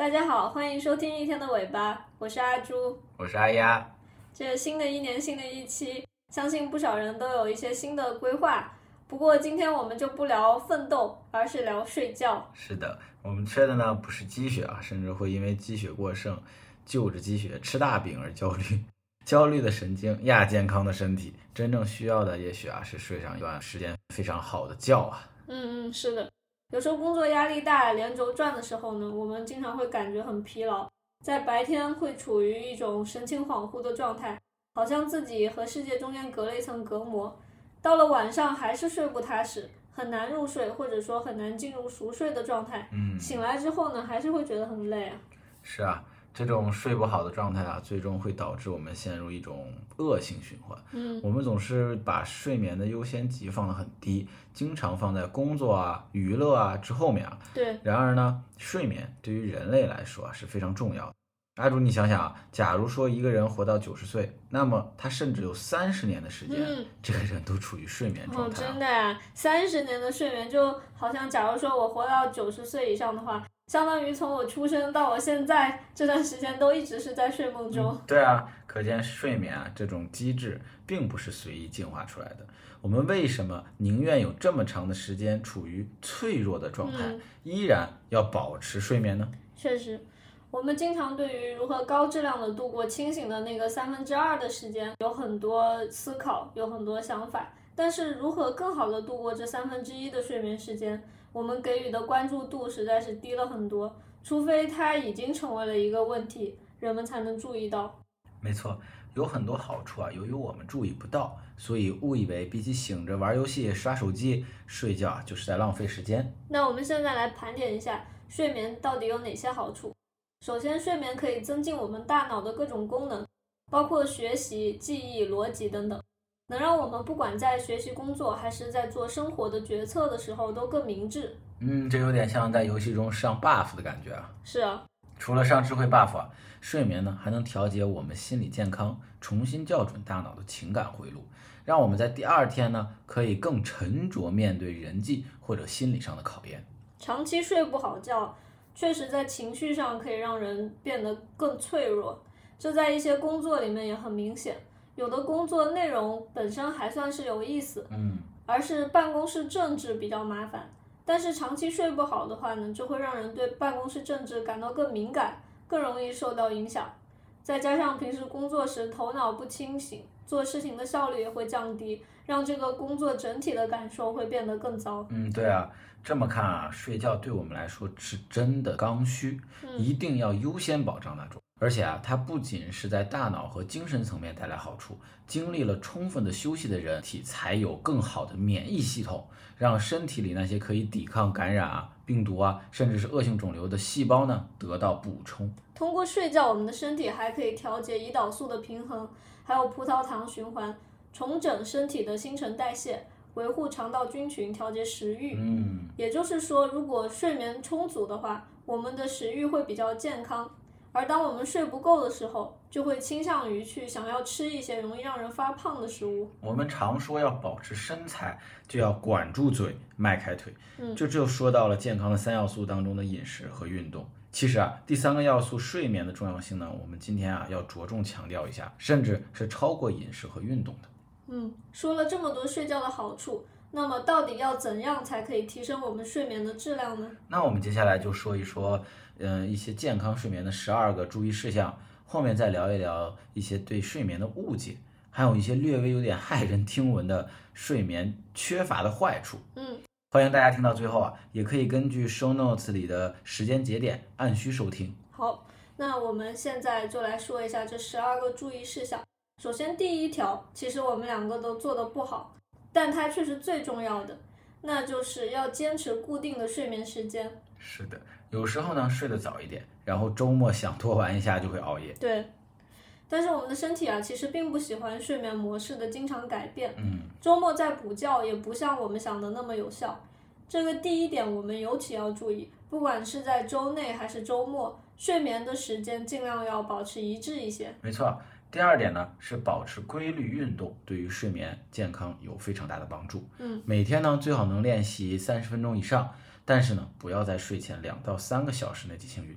大家好，欢迎收听一天的尾巴，我是阿朱， 我是阿丫。 这新的一年新的一期，相信不少人都有一些新的规划。不过今天我们就不聊奋斗，而是聊睡觉。 是的，我们缺的呢不是鸡血啊，甚至会因为鸡血过剩，就着鸡血吃大饼而焦虑。焦虑的神经亚健康的身体，真正需要的也许是睡上一段时间非常好的觉啊。 是的。有时候工作压力大，连轴转的时候呢，我们经常会感觉很疲劳，在白天会处于一种神情恍惚的状态，好像自己和世界中间隔了一层隔膜。到了晚上还是睡不踏实，很难入睡，或者说很难进入熟睡的状态。醒来之后呢，还是会觉得很累啊。 是啊，这种睡不好的状态最终会导致我们陷入一种恶性循环。我们总是把睡眠的优先级放得很低，经常放在工作娱乐之后面对。 然而呢，睡眠对于人类来说是非常重要的。阿朱，你想想假如说一个人活到90岁，那么他甚至有30年的时间，这个人都处于睡眠状态。 真的呀，30年的睡眠，就好像假如说我活到90岁以上的话，相当于从我出生到我现在这段时间都一直是在睡梦中。 对啊，可见睡眠这种机制并不是随意进化出来的。我们为什么宁愿有这么长的时间处于脆弱的状态，依然要保持睡眠呢？ 确实，我们经常对于如何高质量的度过清醒的那个2/3的时间有很多思考，有很多想法，但是如何更好的度过这1/3的睡眠时间，我们给予的关注度实在是低了很多，除非它已经成为了一个问题，人们才能注意到。 没错，有很多好处由于我们注意不到，所以误以为比起醒着玩游戏刷手机，睡觉就是在浪费时间。 那我们现在来盘点一下睡眠到底有哪些好处。首先，睡眠可以增进我们大脑的各种功能，包括学习、记忆、逻辑等等，能让我们不管在学习工作还是在做生活的决策的时候都更明智。 这有点像在游戏中上 buff 的感觉是啊。 除了上智慧 buff 睡眠呢还能调节我们心理健康，重新校准大脑的情感回路，让我们在第二天呢可以更沉着面对人际或者心理上的考验。 长期睡不好觉，确实在情绪上可以让人变得更脆弱，这在一些工作里面也很明显。有的工作内容本身还算是有意思，而是办公室政治比较麻烦，但是长期睡不好的话呢，就会让人对办公室政治感到更敏感，更容易受到影响。再加上平时工作时头脑不清醒，做事情的效率也会降低，让这个工作整体的感受会变得更糟。 对这么看睡觉对我们来说是真的刚需，一定要优先保障那种。而且它不仅是在大脑和精神层面带来好处，经历了充分的休息的人体才有更好的免疫系统，让身体里那些可以抵抗感染病毒甚至是恶性肿瘤的细胞呢得到补充。 通过睡觉，我们的身体还可以调节胰岛素的平衡，还有葡萄糖循环，重整身体的新陈代谢，维护肠道菌群，调节食欲。也就是说，如果睡眠充足的话，我们的食欲会比较健康。而当我们睡不够的时候，就会倾向于去想要吃一些容易让人发胖的食物。 我们常说要保持身材，就要管住嘴，迈开腿。这就说到了健康的3要素当中的饮食和运动。其实第3个要素睡眠的重要性呢，我们今天要着重强调一下，甚至是超过饮食和运动的。 说了这么多睡觉的好处，那么到底要怎样才可以提升我们睡眠的质量呢？ 那我们接下来就说一说一些健康睡眠的12个注意事项，后面再聊一聊一些对睡眠的误解，还有一些略微有点骇人听闻的睡眠缺乏的坏处。欢迎大家听到最后也可以根据 show notes 里的时间节点按需收听。 好，那我们现在就来说一下这12个注意事项。首先第1条，其实我们2个都做得不好，但它却是最重要的，那就是要坚持固定的睡眠时间。 是的，有时候呢睡得早一点，然后周末想多玩一下就会熬夜。 对，但是我们的身体其实并不喜欢睡眠模式的经常改变。周末再补觉也不像我们想的那么有效。这个第1点我们尤其要注意，不管是在周内还是周末，睡眠的时间尽量要保持一致一些。 没错。第2点呢是保持规律运动，对于睡眠健康有非常大的帮助。每天呢最好能练习30分钟以上，但是呢不要在睡前2到3个小时内进行运动。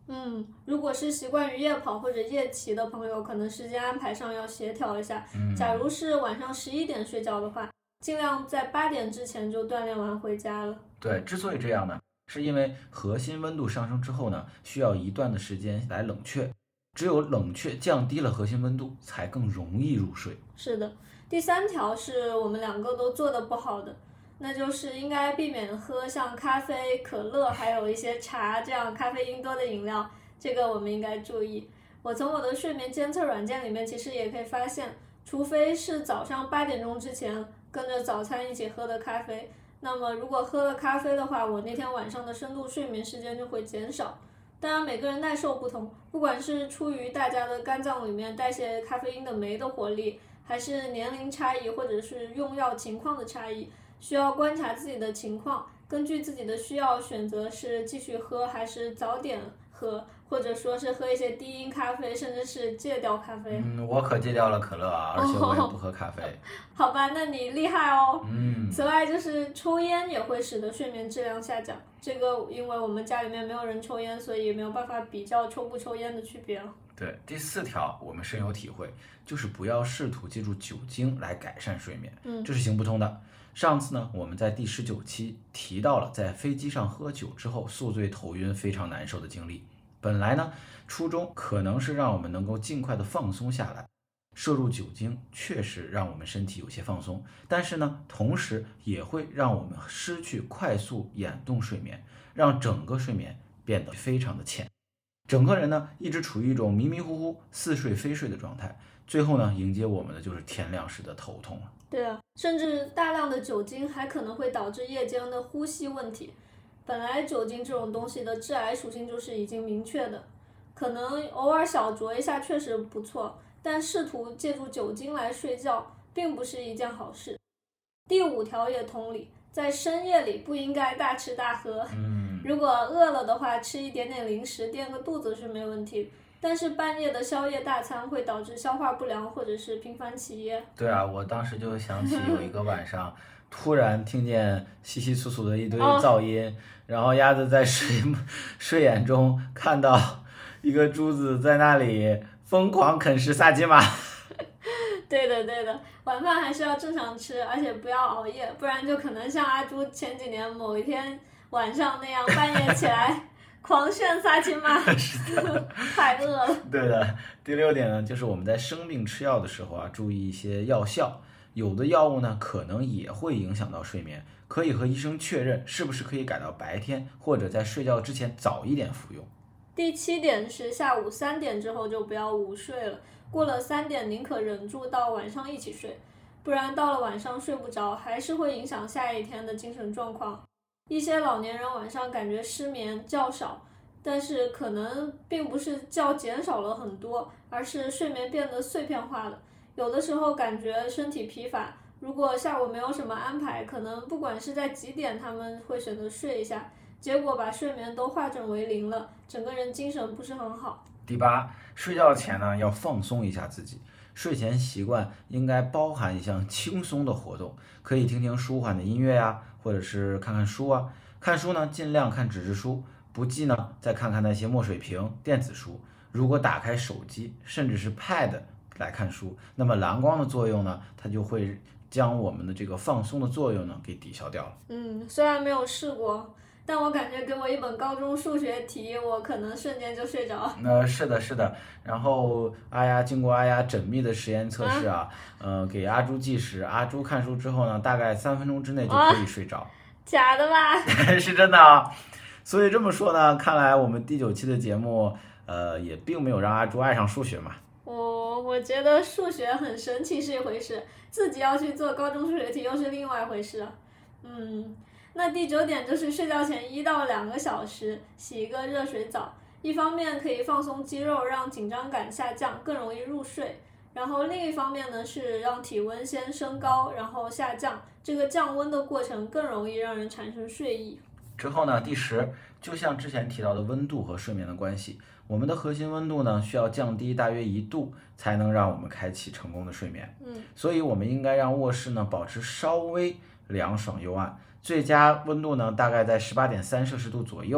如果是习惯于夜跑或者夜骑的朋友，可能时间安排上要协调一下。假如是晚上11点睡觉的话，尽量在8点之前就锻炼完回家了。 对，之所以这样呢，是因为核心温度上升之后呢，需要一段的时间来冷却，只有冷却降低了核心温度，才更容易入睡。 是的，第3条是我们2个都做的不好的，那就是应该避免喝像咖啡、可乐，还有一些茶这样咖啡因多的饮料，这个我们应该注意。我从我的睡眠监测软件里面其实也可以发现，除非是早上8点钟之前跟着早餐一起喝的咖啡，那么如果喝了咖啡的话，我那天晚上的深度睡眠时间就会减少。当然每个人耐受不同，不管是出于大家的肝脏里面代谢咖啡因的酶的活力，还是年龄差异，或者是用药情况的差异，需要观察自己的情况，根据自己的需要选择是继续喝还是早点喝，或者说是喝一些低因咖啡，甚至是戒掉咖啡。 我可戒掉了可乐啊，而且我也不喝咖啡。 好吧，那你厉害哦。此外就是抽烟也会使得睡眠质量下降，这个因为我们家里面没有人抽烟，所以没有办法比较抽不抽烟的区别。 对，第4条我们深有体会，就是不要试图借助酒精来改善睡眠，这是行不通的。上次呢，我们在第19期提到了在飞机上喝酒之后宿醉头晕非常难受的经历。本来呢，初衷可能是让我们能够尽快的放松下来，摄入酒精确实让我们身体有些放松，但是呢，同时也会让我们失去快速眼动睡眠，让整个睡眠变得非常的浅，整个人呢一直处于一种迷迷糊糊、似睡非睡的状态，最后呢，迎接我们的就是天亮时的头痛了。 对啊，甚至大量的酒精还可能会导致夜间的呼吸问题。本来酒精这种东西的致癌属性就是已经明确的，可能偶尔小酌一下确实不错，但试图借助酒精来睡觉并不是一件好事。第5条也同理，在深夜里不应该大吃大喝。如果饿了的话，吃一点点零食垫个肚子是没问题，但是半夜的宵夜大餐会导致消化不良或者是频繁起夜。 对啊，我当时就想起有一个晚上突然听见稀稀疏疏的一堆噪音，然后鸭子在睡眼中看到一个珠子在那里疯狂啃食萨琪玛。 对的，晚饭还是要正常吃，而且不要熬夜，不然就可能像阿朱前几年某一天晚上那样半夜起来狂炫萨琪玛。 是的， 太饿了。 对的。第6点呢，就是我们在生病吃药的时候啊，注意一些药效，有的药物呢可能也会影响到睡眠，可以和医生确认是不是可以改到白天，或者在睡觉之前早一点服用。 第7点是下午3点之后就不要午睡了，过了3点宁可忍住到晚上一起睡，不然到了晚上睡不着，还是会影响下一天的精神状况。一些老年人晚上感觉失眠觉少，但是可能并不是觉减少了很多，而是睡眠变得碎片化了。有的时候感觉身体疲乏，如果下午没有什么安排，可能不管是在几点他们会选择睡一下，结果把睡眠都化整为零了，整个人精神不是很好。 第8，睡觉前呢要放松一下自己，睡前习惯应该包含一项轻松的活动，可以听听舒缓的音乐呀，或者是看看书啊。看书呢尽量看纸质书，不济呢再看看那些墨水屏电子书。如果打开手机甚至是 Pad 来看书，那么蓝光的作用呢，它就会将我们的这个放松的作用呢给抵消掉了。 虽然没有试过，但我感觉给我一本高中数学题，我可能瞬间就睡着。 是的。然后经过阿丫缜密的实验测试给阿朱计时，阿朱看书之后呢，大概3分钟之内就可以睡着。 假的吧？ 是真的啊。所以这么说呢，看来我们第9期的节目也并没有让阿朱爱上数学嘛。 我觉得数学很神奇是一回事，自己要去做高中数学题又是另外一回事。那第9点就是睡觉前1到2个小时洗一个热水澡，一方面可以放松肌肉，让紧张感下降，更容易入睡，然后另一方面呢是让体温先升高，然后下降，这个降温的过程更容易让人产生睡意。 之后呢，第10，就像之前提到的温度和睡眠的关系，我们的核心温度呢需要降低大约1度，才能让我们开启成功的睡眠。所以我们应该让卧室呢保持稍微凉爽幽暗，最佳温度呢大概在18.3摄氏度左右，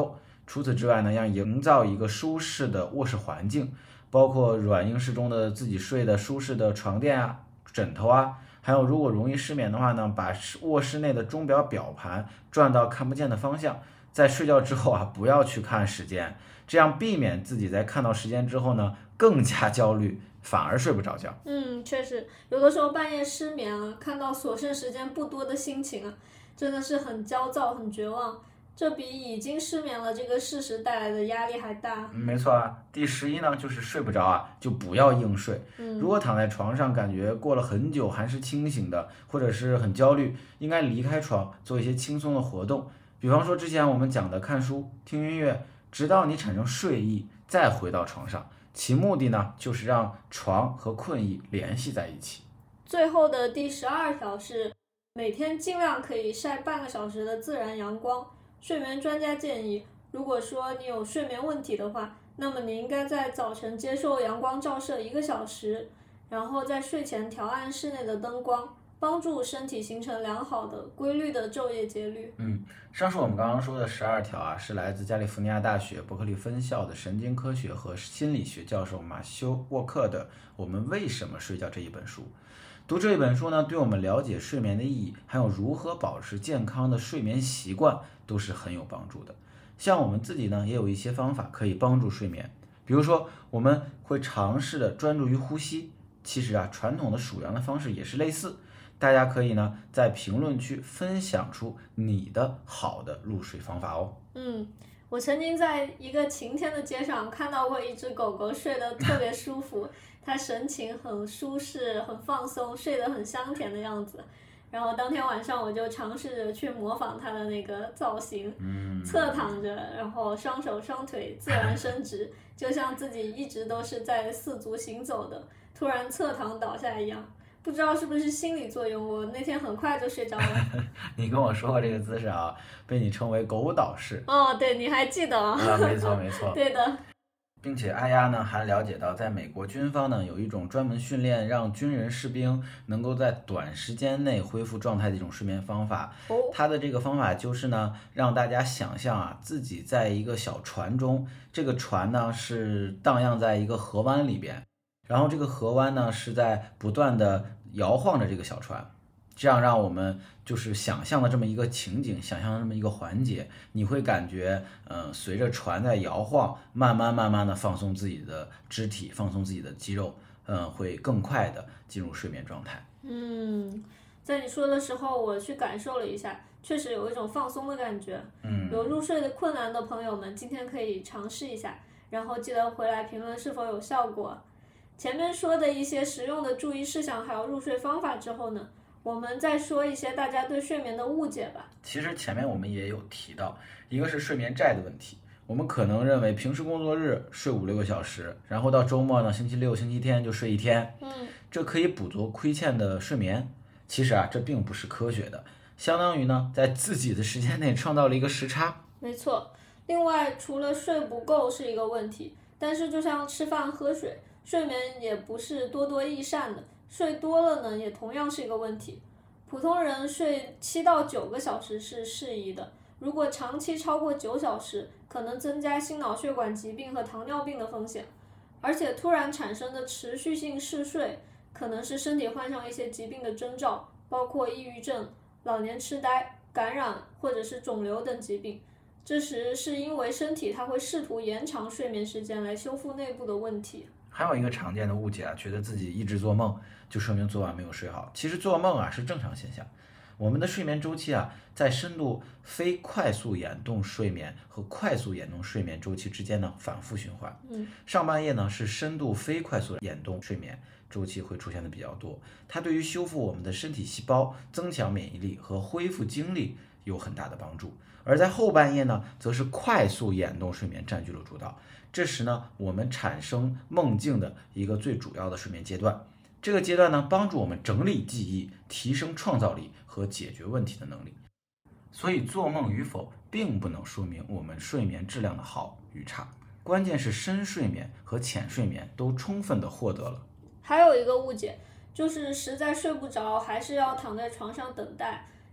除此之外呢，要营造一个舒适的卧室环境，包括软硬适中的自己睡的舒适的床垫啊、枕头啊，还有如果容易失眠的话呢，把卧室内的钟表表盘转到看不见的方向，在睡觉之后啊，不要去看时间，这样避免自己在看到时间之后呢，更加焦虑，反而睡不着觉。 确实，有的时候半夜失眠啊，看到所剩时间不多的心情啊，真的是很焦躁、很绝望。这比已经失眠了这个事实带来的压力还大。 没错啊。第11呢，就是睡不着啊，就不要硬睡。如果躺在床上感觉过了很久还是清醒的，或者是很焦虑，应该离开床，做一些轻松的活动。比方说之前我们讲的看书、听音乐，直到你产生睡意，再回到床上。其目的呢，就是让床和困意联系在一起。 最后的第12条是，每天尽量可以晒半个小时的自然阳光。睡眠专家建议，如果说你有睡眠问题的话，那么你应该在早晨接受阳光照射1个小时，然后在睡前调暗室内的灯光，帮助身体形成良好的规律的昼夜节律。 上述我们刚刚说的12条啊，是来自加利福尼亚大学伯克利分校的神经科学和心理学教授马修沃克的《我们为什么睡觉》这一本书。读这一本书呢，对我们了解睡眠的意义，还有如何保持健康的睡眠习惯，都是很有帮助的。像我们自己呢，也有一些方法可以帮助睡眠，比如说我们会尝试的专注于呼吸。其实啊，传统的数羊的方式也是类似。大家可以呢在评论区分享出你的好的入睡方法哦。 我曾经在一个晴天的街上看到过一只狗狗睡得特别舒服，它神情很舒适、很放松，睡得很香甜的样子。然后当天晚上我就尝试着去模仿它的那个造型，侧躺着，然后双手双腿自然伸直，就像自己一直都是在4足行走的，突然侧躺倒下一样。不知道是不是心理作用，我那天很快就睡着了。 你跟我说过这个姿势啊，被你称为狗倒式。 对，你还记得啊？ 没错没错。 对的。 并且阿丫呢还了解到，在美国军方呢有一种专门训练让军人士兵能够在短时间内恢复状态的一种睡眠方法。它的这个方法就是呢，让大家想象啊自己在一个小船中，这个船呢是荡漾在一个河湾里边，然后这个河湾呢是在不断的摇晃着这个小船。这样让我们就是想象的这么一个情景，想象的这么一个环节，你会感觉，随着船在摇晃，慢慢的放松自己的肢体，放松自己的肌肉，会更快的进入睡眠状态。 在你说的时候，我去感受了一下，确实有一种放松的感觉。有入睡的困难的朋友们，今天可以尝试一下，然后记得回来评论是否有效果。前面说的一些实用的注意事项，还有入睡方法之后呢，我们再说一些大家对睡眠的误解吧。 其实前面我们也有提到，一个是睡眠债的问题。我们可能认为平时工作日睡5-6个小时，然后到周末呢，星期六、星期天就睡1天，这可以补足亏欠的睡眠。其实啊，这并不是科学的，相当于呢，在自己的时间内创造了一个时差。 没错。另外，除了睡不够是一个问题，但是就像吃饭喝水，睡眠也不是多多益善的。睡多了呢，也同样是一个问题。普通人睡7到9个小时是适宜的，如果长期超过9小时，可能增加心脑血管疾病和糖尿病的风险。而且突然产生的持续性嗜睡，可能是身体患上一些疾病的征兆，包括抑郁症、老年痴呆、感染或者是肿瘤等疾病。这时是因为身体它会试图延长睡眠时间来修复内部的问题。 还有一个常见的误解啊，觉得自己一直做梦，就说明昨晚没有睡好。其实做梦啊是正常现象。我们的睡眠周期啊，在深度非快速眼动睡眠和快速眼动睡眠周期之间呢反复循环。上半夜呢是深度非快速眼动睡眠周期会出现的比较多，它对于修复我们的身体细胞、增强免疫力和恢复精力有很大的帮助。而在后半夜呢，则是快速眼动睡眠占据了主导。这时呢，我们产生梦境的一个最主要的睡眠阶段。这个阶段呢，帮助我们整理记忆、提升创造力和解决问题的能力。所以做梦与否并不能说明我们睡眠质量的好与差，关键是深睡眠和浅睡眠都充分的获得了。 还有一个误解，就是实在睡不着，还是要躺在床上等待。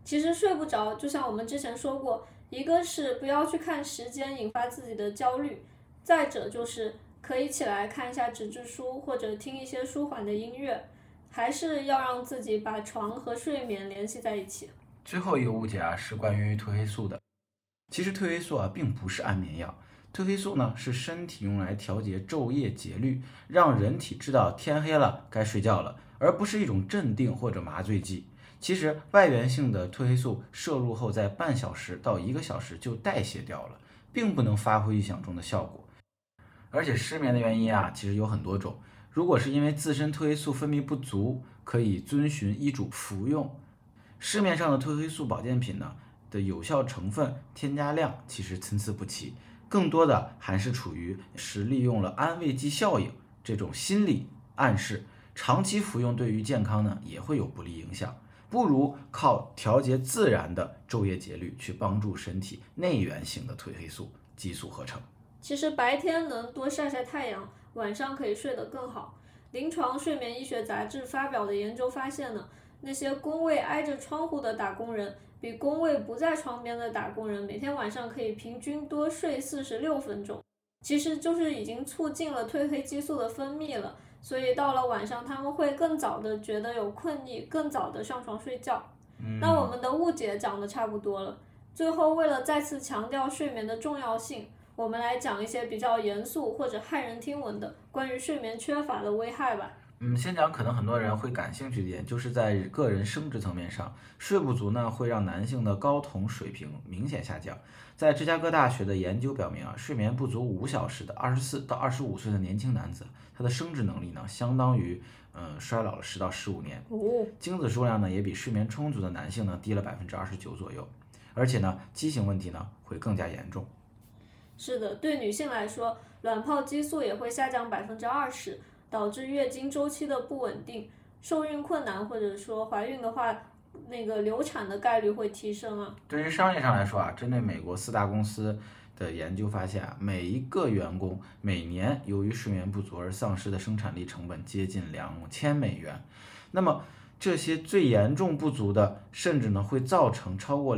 其实睡不着，就像我们之前说过，一个是不要去看时间引发自己的焦虑，再者就是可以起来看一下纸质书或者听一些舒缓的音乐，还是要让自己把床和睡眠联系在一起。 最后一个误解啊是关于褪黑素的。其实褪黑素啊并不是安眠药，褪黑素呢是身体用来调节昼夜节律，让人体知道天黑了该睡觉了，而不是一种镇定或者麻醉剂。其实外源性的褪黑素摄入后，在半小时到1个小时就代谢掉了，并不能发挥预想中的效果。而且失眠的原因啊，其实有很多种。如果是因为自身褪黑素分泌不足，可以遵循医嘱服用。市面上的褪黑素保健品呢的有效成分、添加量其实参差不齐，更多的还是处于利用了安慰剂效应这种心理暗示，长期服用对于健康呢也会有不利影响。不如靠调节自然的昼夜节律去帮助身体内源性的褪黑素激素合成。 其实白天能多晒晒太阳，晚上可以睡得更好。临床睡眠医学杂志发表的研究发现呢，那些工位挨着窗户的打工人，比工位不在窗边的打工人每天晚上可以平均多睡46分钟，其实就是已经促进了褪黑激素的分泌了。所以到了晚上他们会更早的觉得有困意，更早的上床睡觉。那我们的误解讲的差不多了，最后为了再次强调睡眠的重要性，我们来讲一些比较严肃或者骇人听闻的关于睡眠缺乏的危害吧。 先讲可能很多人会感兴趣的点，就是在个人生殖层面上，睡不足呢会让男性的睾酮水平明显下降。在芝加哥大学的研究表明啊，睡眠不足5小时的24到25岁的年轻男子，他的生殖能力呢相当于衰老了10到15年，精子数量呢也比睡眠充足的男性呢低了29%左右，而且呢畸形问题呢会更加严重。 是的，对女性来说，卵泡激素也会下降20%，导致月经周期的不稳定，受孕困难，或者说怀孕的话，流产的概率会提升啊。 对于商业上来说啊，针对美国4大公司的研究发现啊，每一个员工每年由于睡眠不足而丧失的生产力成本接近$2000。那么这些最严重不足的，甚至呢会造成超过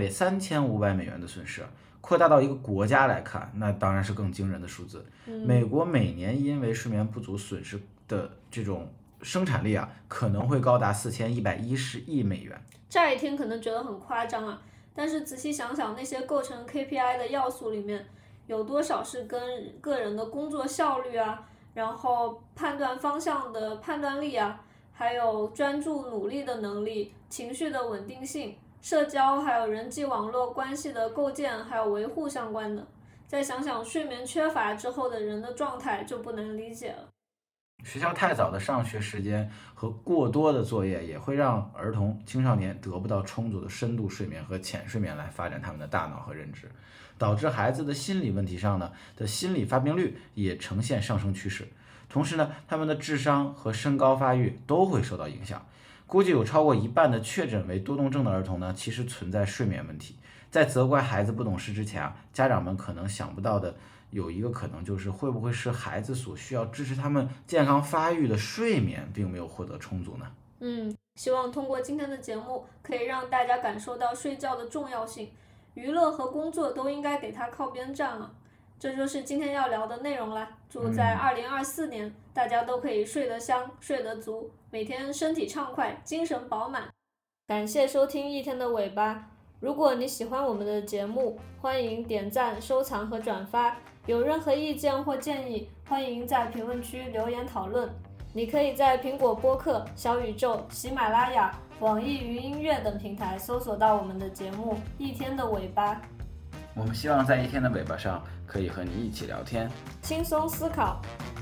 $3500的损失。扩大到一个国家来看，那当然是更惊人的数字。美国每年因为睡眠不足损失的这种生产力啊，可能会高达$4110亿。 乍一听可能觉得很夸张啊，但是仔细想想，那些构成 KPI 的要素里面，有多少是跟个人的工作效率啊，然后判断方向的判断力啊，还有专注努力的能力、情绪的稳定性、社交还有人际网络关系的构建还有维护相关的。再想想睡眠缺乏之后的人的状态，就不难理解了。 学校太早的上学时间和过多的作业也会让儿童青少年得不到充足的深度睡眠和浅睡眠来发展他们的大脑和认知，导致孩子的心理问题上呢的心理发病率也呈现上升趋势。同时呢，他们的智商和身高发育都会受到影响。估计有超过1半的确诊为多动症的儿童呢，其实存在睡眠问题。在责怪孩子不懂事之前啊，家长们可能想不到的有一个可能，就是会不会是孩子所需要支持他们健康发育的睡眠并没有获得充足呢？ 希望通过今天的节目，可以让大家感受到睡觉的重要性，娱乐和工作都应该给它靠边站了。这就是今天要聊的内容啦。祝在2024年，大家都可以睡得香，睡得足，每天身体畅快，精神饱满。感谢收听一天的尾巴。如果你喜欢我们的节目，欢迎点赞、收藏和转发。有任何意见或建议，欢迎在评论区留言讨论。你可以在苹果播客、小宇宙、喜马拉雅、网易云音乐等平台搜索到我们的节目《一天的尾巴》。 我们希望在一天的尾巴上可以和你一起聊天， 轻松思考，